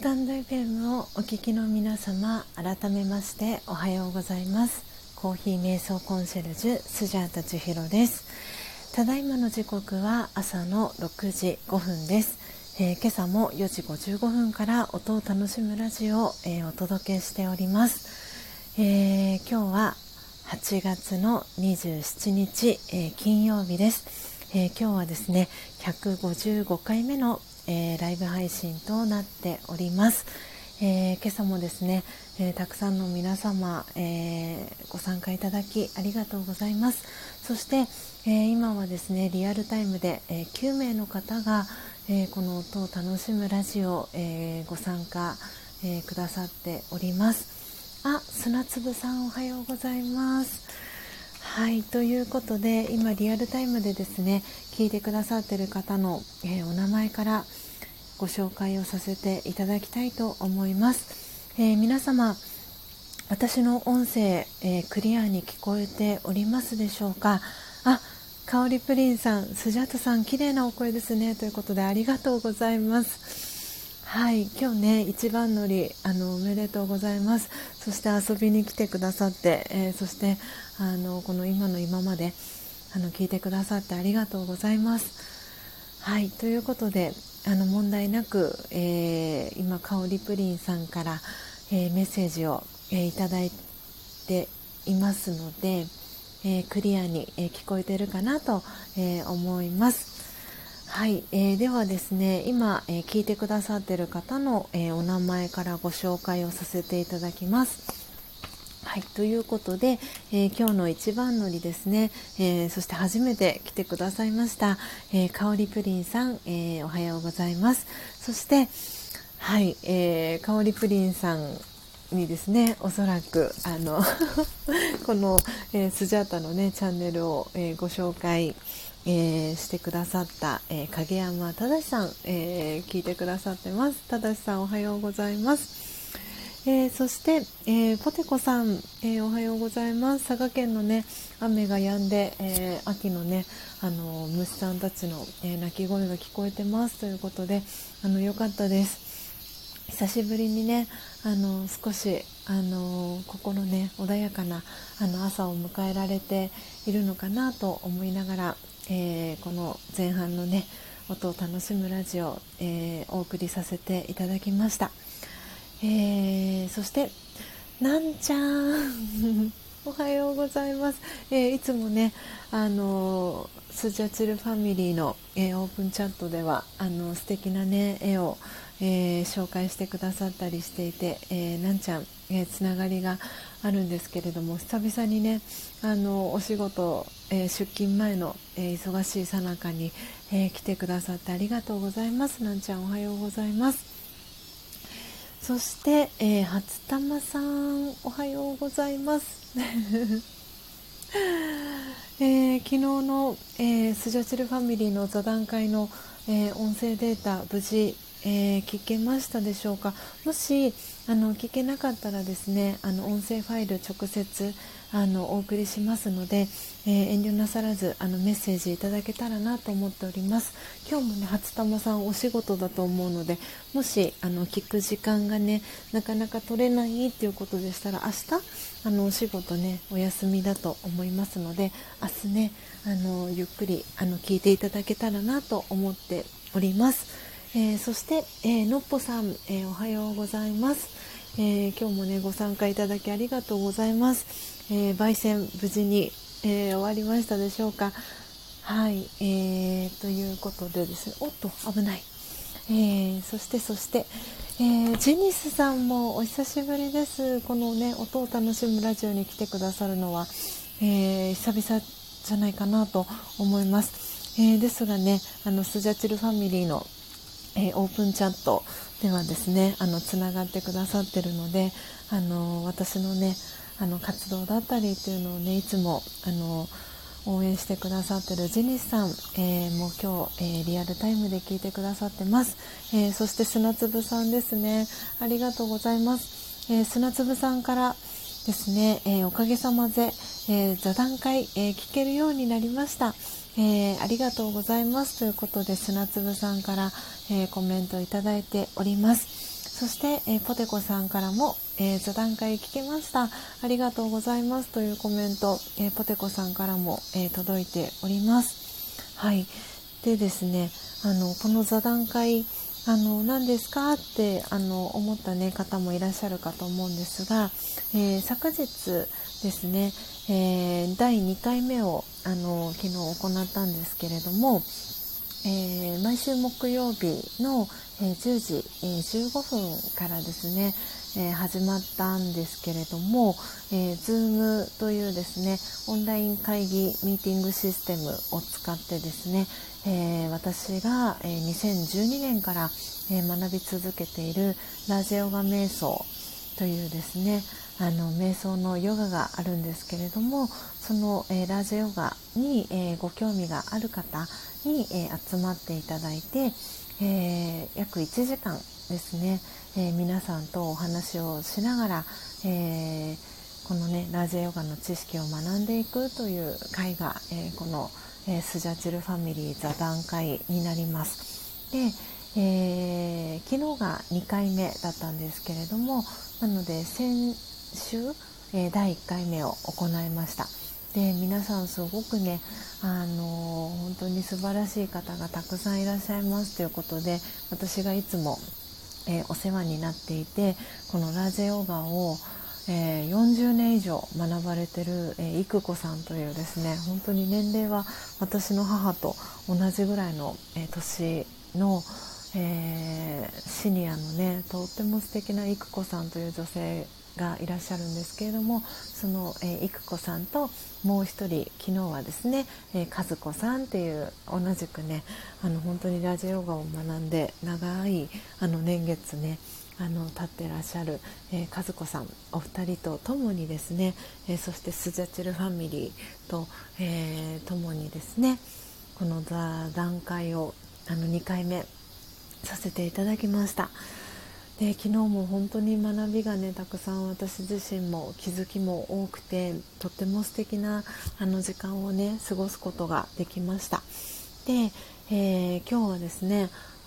タンド FM をお聞きの皆様、改めましておはようございます。コーヒー瞑想コンシェルジュスジャータ千尋です。ただいまの時刻は朝の6時5分です。今朝も4時55分から音を楽しむラジオを、お届けしております。今日は8月の27日、金曜日です。今日はですね155回目のライブ配信となっております。今朝もですね、たくさんの皆様、ご参加いただきありがとうございます。そして、今はですねリアルタイムで、9名の方が、この音を楽しむラジオ、ご参加、くださっております。砂粒さんおはようございます。はい、ということで今リアルタイムでですね聞いてくださっている方の、お名前からご紹介をさせていただきたいと思います。皆様私の音声、クリアに聞こえておりますでしょうか。かおりプリンさん、スジャタさん綺麗なお声ですねということでありがとうございます。はい、今日ね一番乗りおめでとうございます。そして遊びに来てくださって、そしてこの今の今まで聞いてくださってありがとうございます。はい、ということで問題なく、今かおりプリンさんから、メッセージを、いただいていますので、クリアに、聞こえているかなと、思います。はい、ではですね今、聞いてくださっている方の、お名前からご紹介をさせていただきます。はい、ということで、今日の一番乗りですね、そして初めて来てくださいました、かおりプリンさん、おはようございます。そしてはい、かおりプリンさんにですねおそらくこの、スジャータのねチャンネルを、ご紹介してくださった、影山正さん、聞いてくださってます。正さんおはようございます。そして、ポテコさん、おはようございます。佐賀県のね雨が止んで、秋のね虫さんたちの、鳴き声が聞こえてますということでよかったです。久しぶりにね少し心ね穏やかな朝を迎えられているのかなと思いながら、この前半のね音を楽しむラジオを、お送りさせていただきました。そしてなんちゃんおはようございます。いつもねスジャチルファミリーの、オープンチャットでは素敵なね絵を、紹介してくださったりしていて、なんちゃん、つながりがあるんですけれども、久々にねお仕事、出勤前の、忙しい最中に、来てくださってありがとうございます。なんちゃんおはようございます。そして、初玉さんおはようございます昨日の、スジャチルファミリーの座談会の、音声データ無事、聞けましたでしょうか。もし聞けなかったらですね音声ファイル直接お送りしますので、遠慮なさらずメッセージいただけたらなと思っております。今日もね初玉さんお仕事だと思うので、もし聞く時間がねなかなか取れないっていうことでしたら、明日お仕事ねお休みだと思いますので、明日ねゆっくり聞いていただけたらなと思っております。そして、のっぽさん、おはようございます。今日もねご参加いただきありがとうございます。焙煎無事に、終わりましたでしょうか。はい、ということでですね、おっと危ない。そして、ジェニスさんもお久しぶりです。このね音を楽しむラジオに来てくださるのは、久々じゃないかなと思います。ですがねスジャチルファミリーのオープンチャットではですねつながってくださっているので私のね活動だったりっていうのをねいつも応援してくださっているジェニスさん、もう今日、リアルタイムで聞いてくださってます。そして砂粒さんですね、ありがとうございます。砂粒さんからですね、おかげさまで、座談会、聞けるようになりました。ありがとうございますということで砂粒さんから、コメントいただいております。 そして、ポテコさんからも、座談会聞きました、ありがとうございますというコメント、ポテコさんからも、届いております。はい。でですね、この座談会何ですかって思った、ね、方もいらっしゃるかと思うんですが、昨日ですね、第2回目を昨日行ったんですけれども、毎週木曜日の、10時、15分からですね、始まったんですけれども、Zoom というですねオンライン会議ミーティングシステムを使ってですね、私が、2012年から、学び続けているラジオガ瞑想というですね瞑想のヨガがあるんですけれども、その、ラジオガに、ご興味がある方に、集まっていただいて、約1時間ですね、皆さんとお話をしながら、このねラジオヨガの知識を学んでいくという会が、この、スジャチルファミリー座談会になります。で、昨日が2回目だったんですけれども、なので先週、第1回目を行いました。で皆さんすごくね本当に素晴らしい方がたくさんいらっしゃいますということで、私がいつも、お世話になっていて、このラジオヨガを、40年以上学ばれてる、育子さんというですね、本当に年齢は私の母と同じぐらいの、年の、シニアのねとっても素敵な育子さんという女性がいらっしゃるんですけれども、その、育子さんともう一人昨日はですね、和子さんっていう同じくね本当にラジオヨガを学んで長い年月ね立ってらっしゃる、和子さんお二人と共にですね、そしてスジャチルファミリーと、共にですねこの座談会を2回目させていただきました。で昨日も本当に学びがねたくさん、私自身も気づきも多くて、とっても素敵な時間をね過ごすことができました。で、今日はですね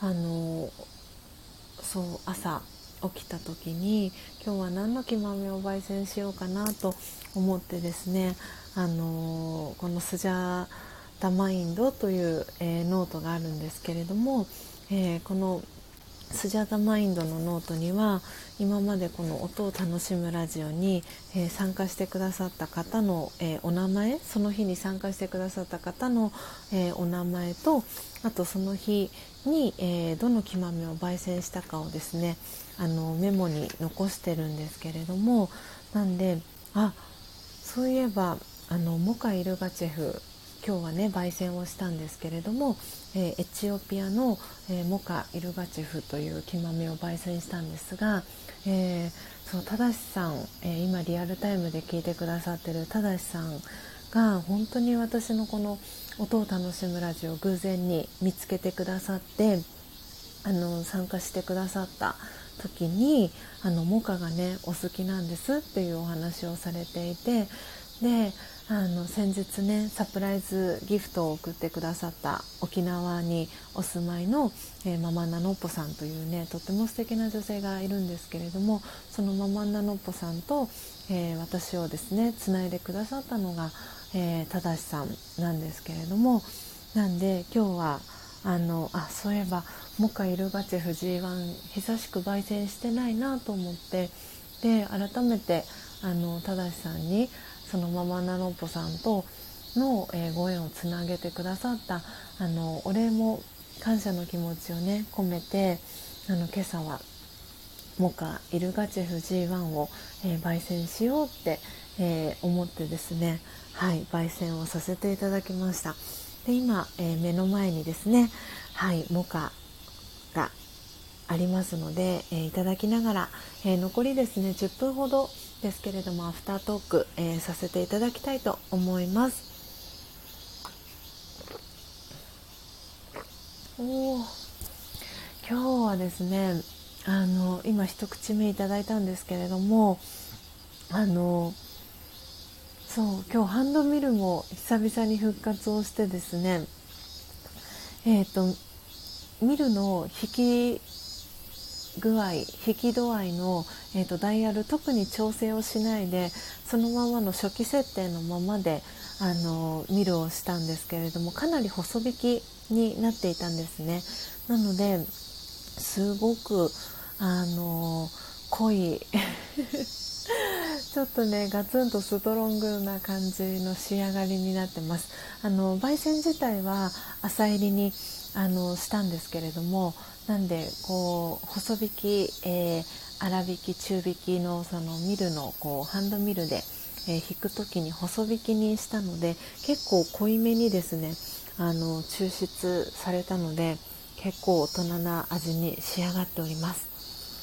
そう朝起きた時に今日は何の木豆を焙煎しようかなと思ってですね、このスジャータマインドという、ノートがあるんですけれども、このスジャータマインドのノートには今までこの音を楽しむラジオに、参加してくださった方の、お名前、その日に参加してくださった方の、お名前と、あとその日に、どの木豆を焙煎したかをですねメモに残してるんですけれども、なんでそういえばモカ・イルガチェフ今日はね焙煎をしたんですけれども、エチオピアの、モカ・イルガチェフという木豆を焙煎したんですが、そうただしさん、今リアルタイムで聞いてくださってるただしさんが本当に私のこの音を楽しむラジオを偶然に見つけてくださって、参加してくださった時にモカがねお好きなんですっていうお話をされていて、で先日ねサプライズギフトを送ってくださった沖縄にお住まいの、ママナノッポさんというねとっても素敵な女性がいるんですけれども、そのママナノッポさんと、私をですねつないでくださったのが、ただしさんなんですけれども、なんで今日はそういえばモカ・イルガチェフ G1 久しく焙煎してないなと思って、で改めてただしさんにそのママナノッポさんとの、ご縁をつなげてくださったお礼も感謝の気持ちをね込めて今朝はモカ・イルガチェフ G1 を、焙煎しようって、思ってですね、焙煎をさせていただきました。で今、目の前にですね、モカがありますので、いただきながら、残りですね10分ほどですけれどもアフタートーク、させていただきたいと思います。今日はですね今一口目いただいたんですけれどもそう今日ハンドミルも久々に復活をしてですね、ミルの引き具合、引き度合いの、ダイヤル特に調整をしないで、そのままの初期設定のままでミルをしたんですけれども、かなり細引きになっていたんですね。なのですごく濃いちょっとねガツンとストロングな感じの仕上がりになってます。焙煎自体は浅入りにしたんですけれども、なんでこう細引き、粗引き、中引きのそのミルのハンドミルで、引く時に細引きにしたので、結構濃いめにですね抽出されたので、結構大人な味に仕上がっております。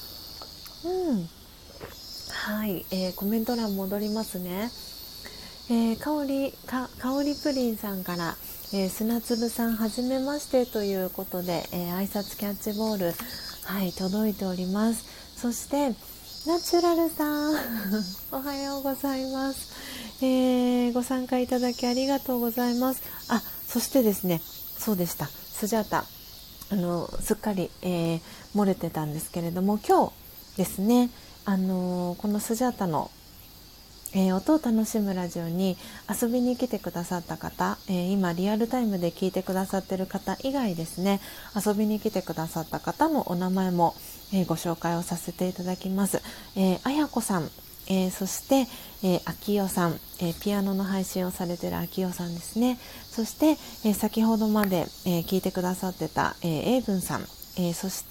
はい、コメント欄戻りますね。香りプリンさんから、砂粒さんはじめましてということで、挨拶キャッチボール、はい、届いております。そしてナチュラルさんおはようございます、ご参加いただきありがとうございます。そしてですね、そうでした、スジャータすっかり、漏れてたんですけれども、今日ですね、このスジャータの、音を楽しむラジオに遊びに来てくださった方、今リアルタイムで聞いてくださっている方以外ですね、遊びに来てくださった方のお名前も、ご紹介をさせていただきます。あやこさん、そして、あきよさん、ピアノの配信をされているあきよさんですね。そして、先ほどまで、聞いてくださってた、えいぶんさん、そして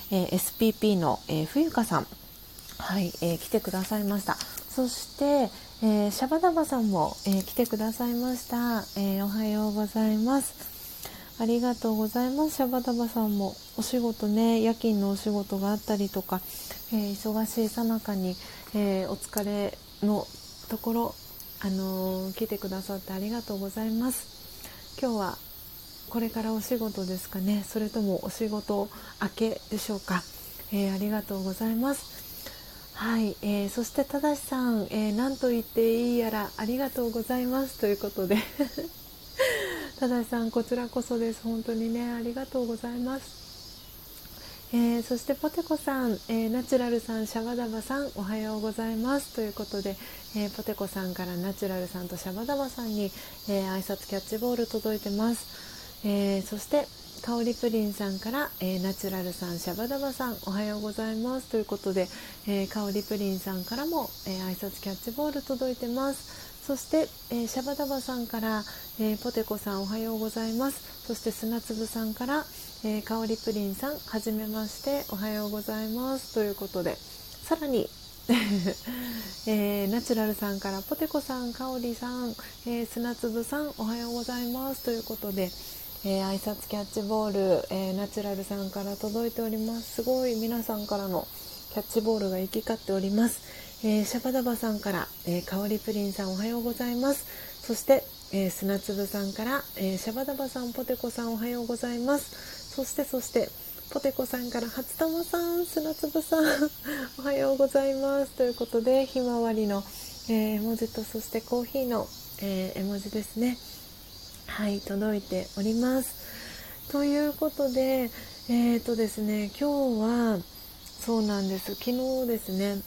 、SPP の、冬香さん、はい、来てくださいました。そして、シャバダバさんも、来てくださいました。おはようございます。ありがとうございます。シャバダバさんもお仕事ね、夜勤のお仕事があったりとか、忙しいさなかに、お疲れのところ、来てくださってありがとうございます。今日はこれからお仕事ですかね、それともお仕事明けでしょうか。ありがとうございます。はい、そしてただしさん、何と言っていいやらありがとうございますということでただしさん、こちらこそです。本当にね、ありがとうございます。そしてポテコさん、ナチュラルさん、シャバダバさん、おはようございますということで、ポテコさんからナチュラルさんとシャバダバさんに、挨拶キャッチボール届いてます。そして香りプリンさんから、ナチュラルさん、シャバダバさん、おはようございますということで、香りプリンさんからも、挨拶キャッチボール届いてます。そして、シャバダバさんから、ポテコさん、おはようございます。そして砂粒さんから、香りプリンさん、はじめまして、おはようございますということで、さらにナチュラルさんからポテコさん、香りさん、砂粒さん、おはようございますということで、挨拶キャッチボール、ナチュラルさんから届いております。すごい皆さんからのキャッチボールが行き交っております。シャバダバさんから、香りプリンさん、おはようございます。そして、砂粒さんから、シャバダバさん、ポテコさん、おはようございます。そしてポテコさんから初玉さん、砂粒さんおはようございますということで、ひまわりの、絵文字と、そしてコーヒーの、絵文字ですね。はい、届いております。ということで、ですね、今日はそうなんです。昨日ですね、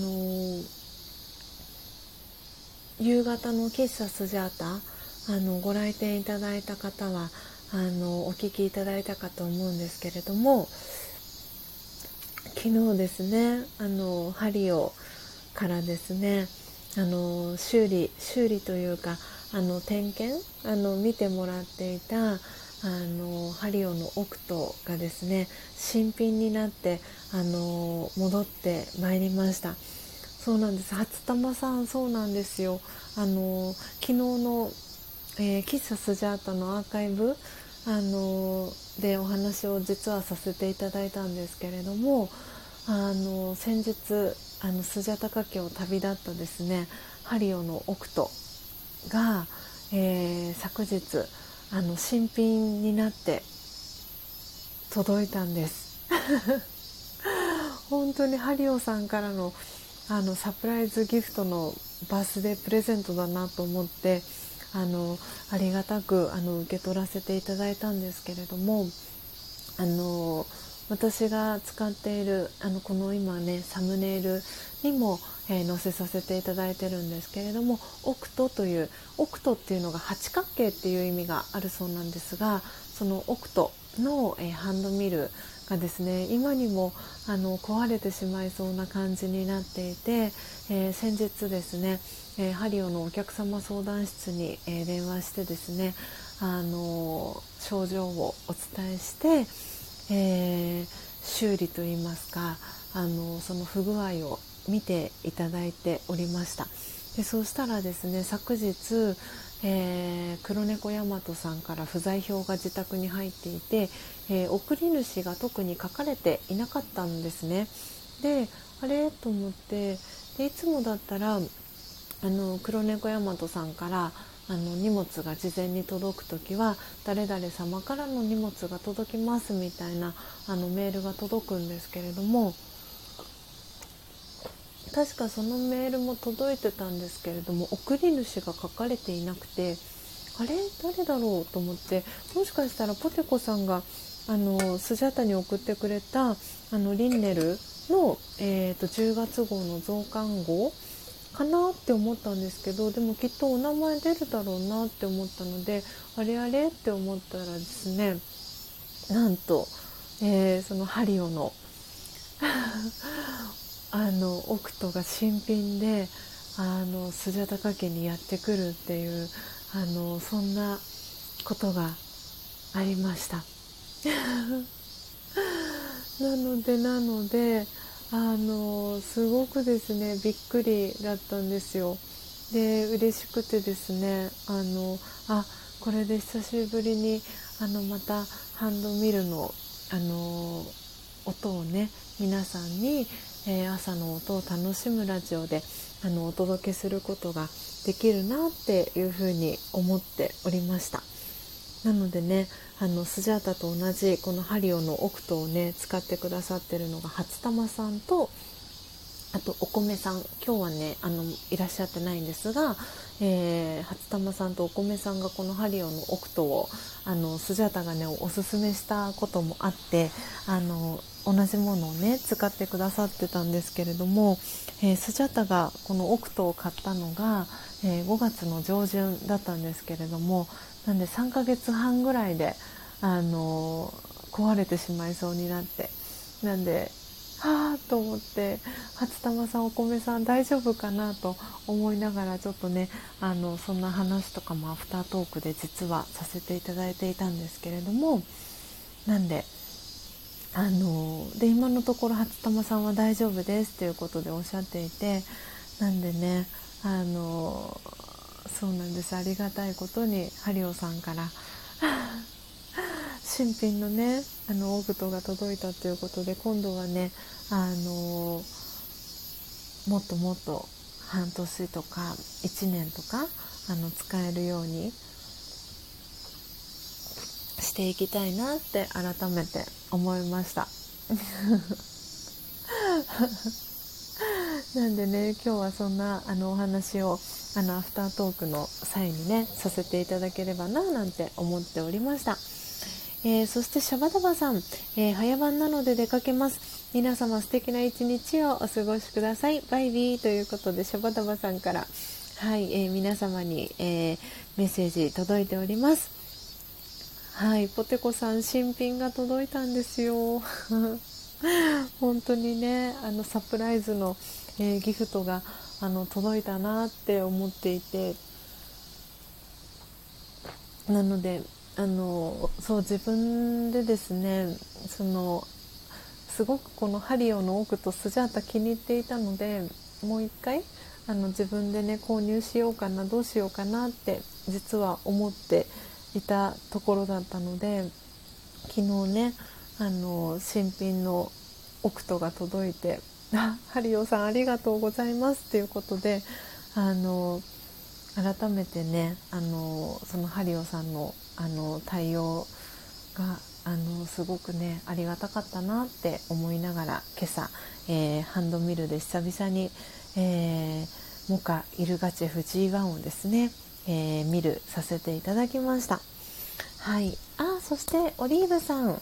夕方の喫茶スジャータ、ご来店いただいた方はお聞きいただいたかと思うんですけれども、昨日ですね、ハリオからですね、修理というか点検見てもらっていたハリオのオクトがですね、新品になって戻ってまいりました。そうなんです。初玉さん、そうなんですよ。昨日の、喫茶スジャータのアーカイブでお話を実はさせていただいたんですけれども、先日スジャタカ家を旅立ったですね、ハリオのオクトが、昨日新品になって届いたんです本当にハリオさんからのサプライズギフトのバースデープレゼントだなと思って、ありがたく受け取らせていただいたんですけれども、 私が使っているこの今ねサムネイルにも、載せさせていただいてるんですけれども、オクトっていうのが八角形っていう意味があるそうなんですが、そのオクトの、ハンドミルがですね、今にも壊れてしまいそうな感じになっていて、先日ですね、ハリオのお客様相談室に、電話してですね、症状をお伝えして、修理といいますか、その不具合を見ていただいておりました。でそうしたらですね、昨日、黒猫大和さんから不在票が自宅に入っていて、送り主が特に書かれていなかったんですね。であれと思って、でいつもだったら黒猫大和さんから荷物が事前に届くときは、誰々様からの荷物が届きますみたいなメールが届くんですけれども、確かそのメールも届いてたんですけれども、送り主が書かれていなくて、あれ誰だろうと思って、もしかしたらポテコさんがスジャタに送ってくれたリンネルの、10月号の増刊号かなって思ったんですけど、でもきっとお名前出るだろうなって思ったので、あれあれって思ったらですね、なんと、そのハリオのオクトが新品でスジャタカ家にやってくるっていうそんなことがありました。なのですごくですねびっくりだったんですよ。で嬉しくてですね、これで久しぶりにまたハンドミルの音をね、皆さんに、朝の音を楽しむラジオでお届けすることができるなっていうふうに思っておりました。なのでね、スジャータと同じこのハリオのオクトをね使ってくださってるのが初玉さんと、あとお米さん、今日はねいらっしゃってないんですが、初玉さんとお米さんがこのハリオのオクトをスジャータがねおすすめしたこともあって、同じものをね使ってくださってたんですけれども、スジャータがこのオクトを買ったのが、5月の上旬だったんですけれども、なんで3ヶ月半ぐらいで壊れてしまいそうになって、なんではぁと思って、初玉さんお米さん大丈夫かなと思いながら、ちょっとねそんな話とかもアフタートークで実はさせていただいていたんですけれども、なんでで今のところ初玉さんは大丈夫ですということでおっしゃっていて、なんでねそうなんです、ありがたいことにハリオさんから新品のねオクトが届いたということで、今度はねもっともっと半年とか1年とか使えるようにしていきたいなって改めて思いましたなんでね、今日はそんなお話をアフタートークの際にねさせていただければななんて思っておりました。そしてシャバダバさん、早番なので出かけます。皆様素敵な一日をお過ごしください。バイビーということでシャバダバさんからはい、皆様に、メッセージ届いております。はい、ポテコさん新品が届いたんですよ本当にねサプライズの、ギフトが届いたなって思っていて、なので自分でですねすごくこのハリオのオクトスジャータ気に入っていたので、もう一回自分でね購入しようかな、どうしようかなって実は思っていたところだったので、昨日ね新品のオクトが届いて、ハリオさんありがとうございますということで改めてねそのハリオさんの対応がすごくねありがたかったなって思いながら、今朝、ハンドミルで久々に、モカイルガチェフ G1 をですね、ミルさせていただきました。はい、そしてオリーブさん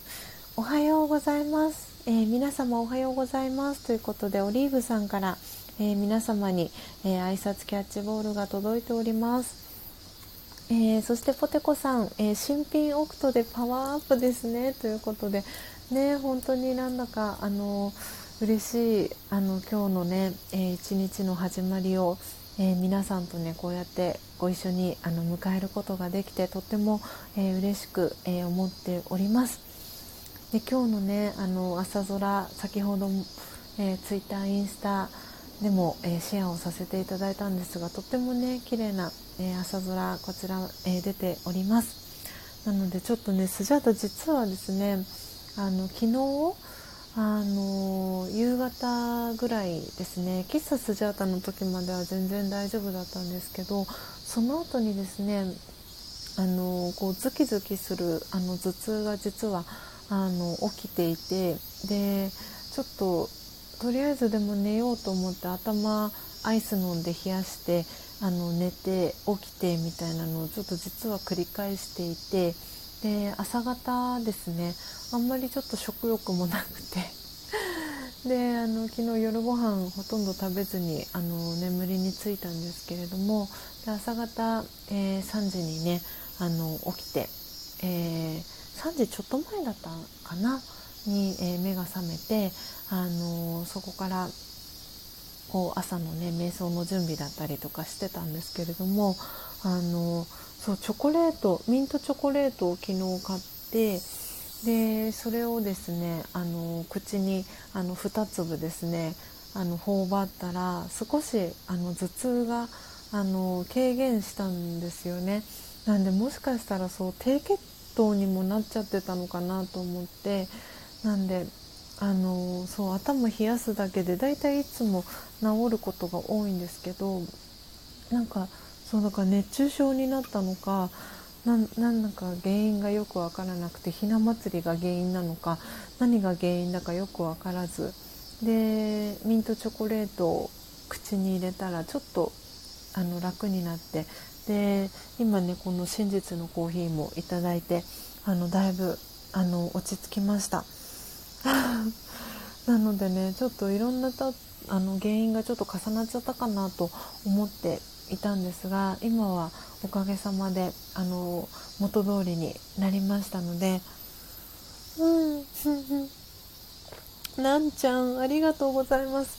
おはようございます、皆様おはようございますということで、オリーブさんから、皆様に、挨拶キャッチボールが届いております。そしてポテコさん、新品オクトでパワーアップですねということでね、本当になんだか嬉しい今日のね、一日の始まりを、皆さんとねこうやってご一緒に迎えることができて、とっても、嬉しく、思っております。で今日のね朝空、先ほど、ツイッターインスタでも、シェアをさせていただいたんですが、とってもね綺麗な、朝空こちら、出ております。なのでちょっとねスジャータ実はですね昨日夕方ぐらいですね、喫茶スジャータの時までは全然大丈夫だったんですけど、その後にですねこうズキズキする頭痛が実は起きていて、でちょっととりあえずでも寝ようと思って頭アイス飲んで冷やして寝て起きてみたいなのをちょっと実は繰り返していて、で朝方ですねあんまりちょっと食欲もなくてで昨日夜ご飯ほとんど食べずに眠りについたんですけれども、で朝方、3時にね起きて、3時ちょっと前だったかなに、目が覚めてそこからこう朝のね瞑想の準備だったりとかしてたんですけれども、そうチョコレート、ミントチョコレートを昨日買って、でそれをですね口に2粒ですね頬張ったら少し頭痛が軽減したんですよね。なんでもしかしたらそう低血糖にもなっちゃってたのかなと思って、なんでそう頭冷やすだけでだいたいいつも治ることが多いんですけど、なんかそうだから熱中症になったのかなんか原因がよくわからなくて、ひな祭りが原因なのか何が原因だかよくわからず、でミントチョコレートを口に入れたらちょっと楽になって、で今ねこの真実のコーヒーもいただいてだいぶ落ち着きましたなのでねちょっといろんな原因がちょっと重なっちゃったかなと思っていたんですが、今はおかげさまで元通りになりましたので、なんちゃんありがとうございます。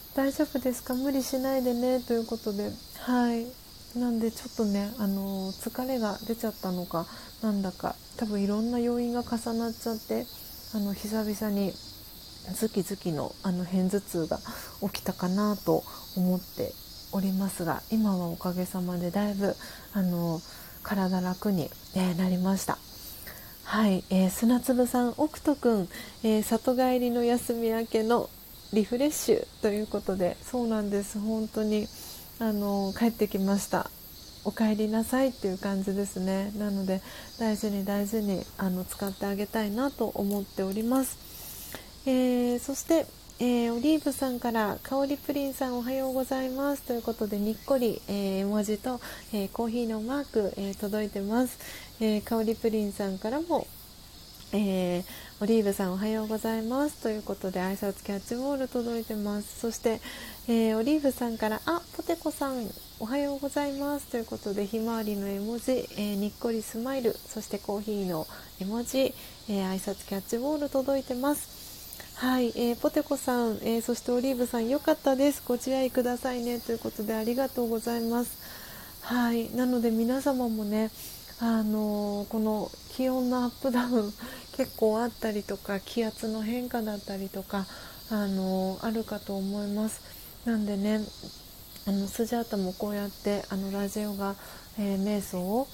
大丈夫ですか、無理しないでねということで、はい、なんでちょっとね疲れが出ちゃったのかなんだか多分いろんな要因が重なっちゃって久々にズキズキの片頭痛が起きたかなと思っておりますが、今はおかげさまでだいぶ体楽に、なりました。はい、砂粒さん、奥斗くん、里帰りの休み明けのリフレッシュということで、そうなんです、本当に帰ってきました。お帰りなさいっていう感じですね。なので大事に大事に使ってあげたいなと思っております。そして、オリーブさんから香りプリンさんおはようございますということで、にっこり、絵文字と、コーヒーのマーク、届いてます。香りプリンさんからも、オリーブさんおはようございますということで挨拶キャッチボール届いてます。そして、オリーブさんからポテコさんおはようございますということで、ひまわりの絵文字、にっこりスマイル、そしてコーヒーの絵文字、挨拶キャッチボール届いてます。はい、ポテコさん、そしてオリーブさん、よかったです、ご自愛くださいねということでありがとうございます。はい、なので皆様もねこの気温のアップダウン結構あったりとか、気圧の変化だったりとかあるかと思います。なんでねスジャータもこうやってラジオが、瞑想を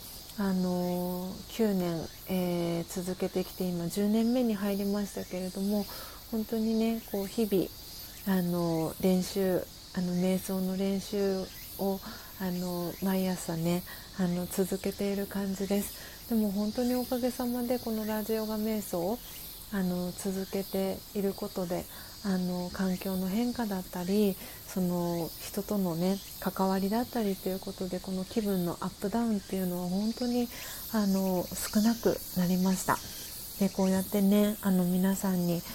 9年、続けてきて今10年目に入りましたけれども、本当にねこう日々練習瞑想の練習を毎朝ね続けている感じです。でも本当におかげさまでこのラジオが瞑想を続けていることで環境の変化だったり、その人とのね関わりだったりということで、この気分のアップダウンっていうのは本当に少なくなりました。 でこうやってね皆さんに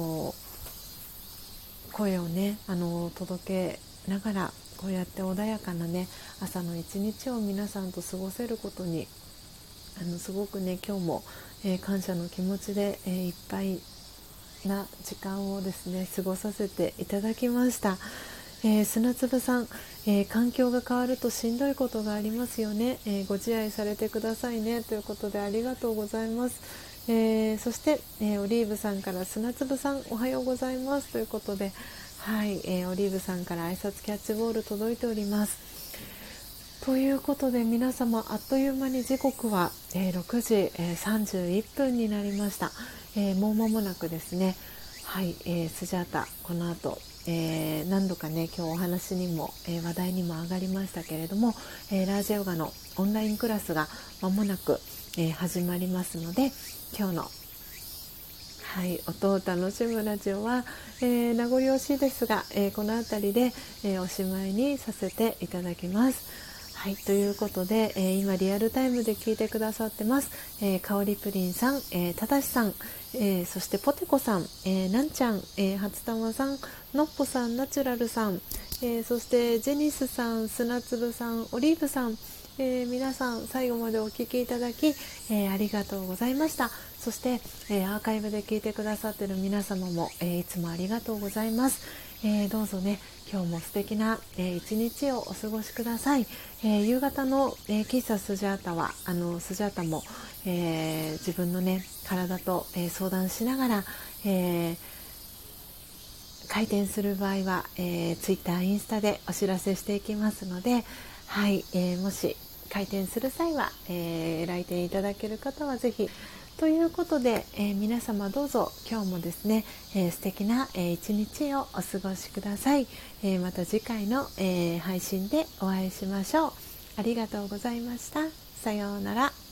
声をね届けながら、こうやって穏やかなね朝の一日を皆さんと過ごせることにすごくね今日も、感謝の気持ちで、いっぱいな時間をですね過ごさせていただきました。砂粒さん、環境が変わるとしんどいことがありますよね、ご自愛されてくださいねということでありがとうございます。そして、オリーブさんから砂粒さんおはようございますということで、はい、オリーブさんから挨拶キャッチボール届いております。ということで皆様あっという間に時刻は、6時、31分になりました。もう間もなくですね、はい、スジャータこの後、何度かね今日お話にも、話題にも上がりましたけれども、ラージャヨガのオンラインクラスが間もなく、始まりますので、今日のはい、音を楽しむラジオは、名残惜しいですが、この辺りで、おしまいにさせていただきます。はい、ということで、今リアルタイムで聞いてくださってます、かおりプリンさん、ただしさん、そしてポテコさん、なんちゃん、初玉さん、のっぽさん、ナチュラルさん、そしてジェニスさん、砂粒さん、オリーブさん、皆さん最後までお聞きいただき、ありがとうございました。そして、アーカイブで聞いてくださっている皆様も、いつもありがとうございます。どうぞね今日も素敵な、一日をお過ごしください。夕方の、喫茶スジャータはスジャータも、自分のね体と、相談しながら、開店する場合は、Twitter、インスタでお知らせしていきますので、はい、もし開店する際は、来店いただける方はぜひということで、皆様どうぞ今日もですね、素敵な、一日をお過ごしください。また次回の、配信でお会いしましょう。ありがとうございました。さようなら。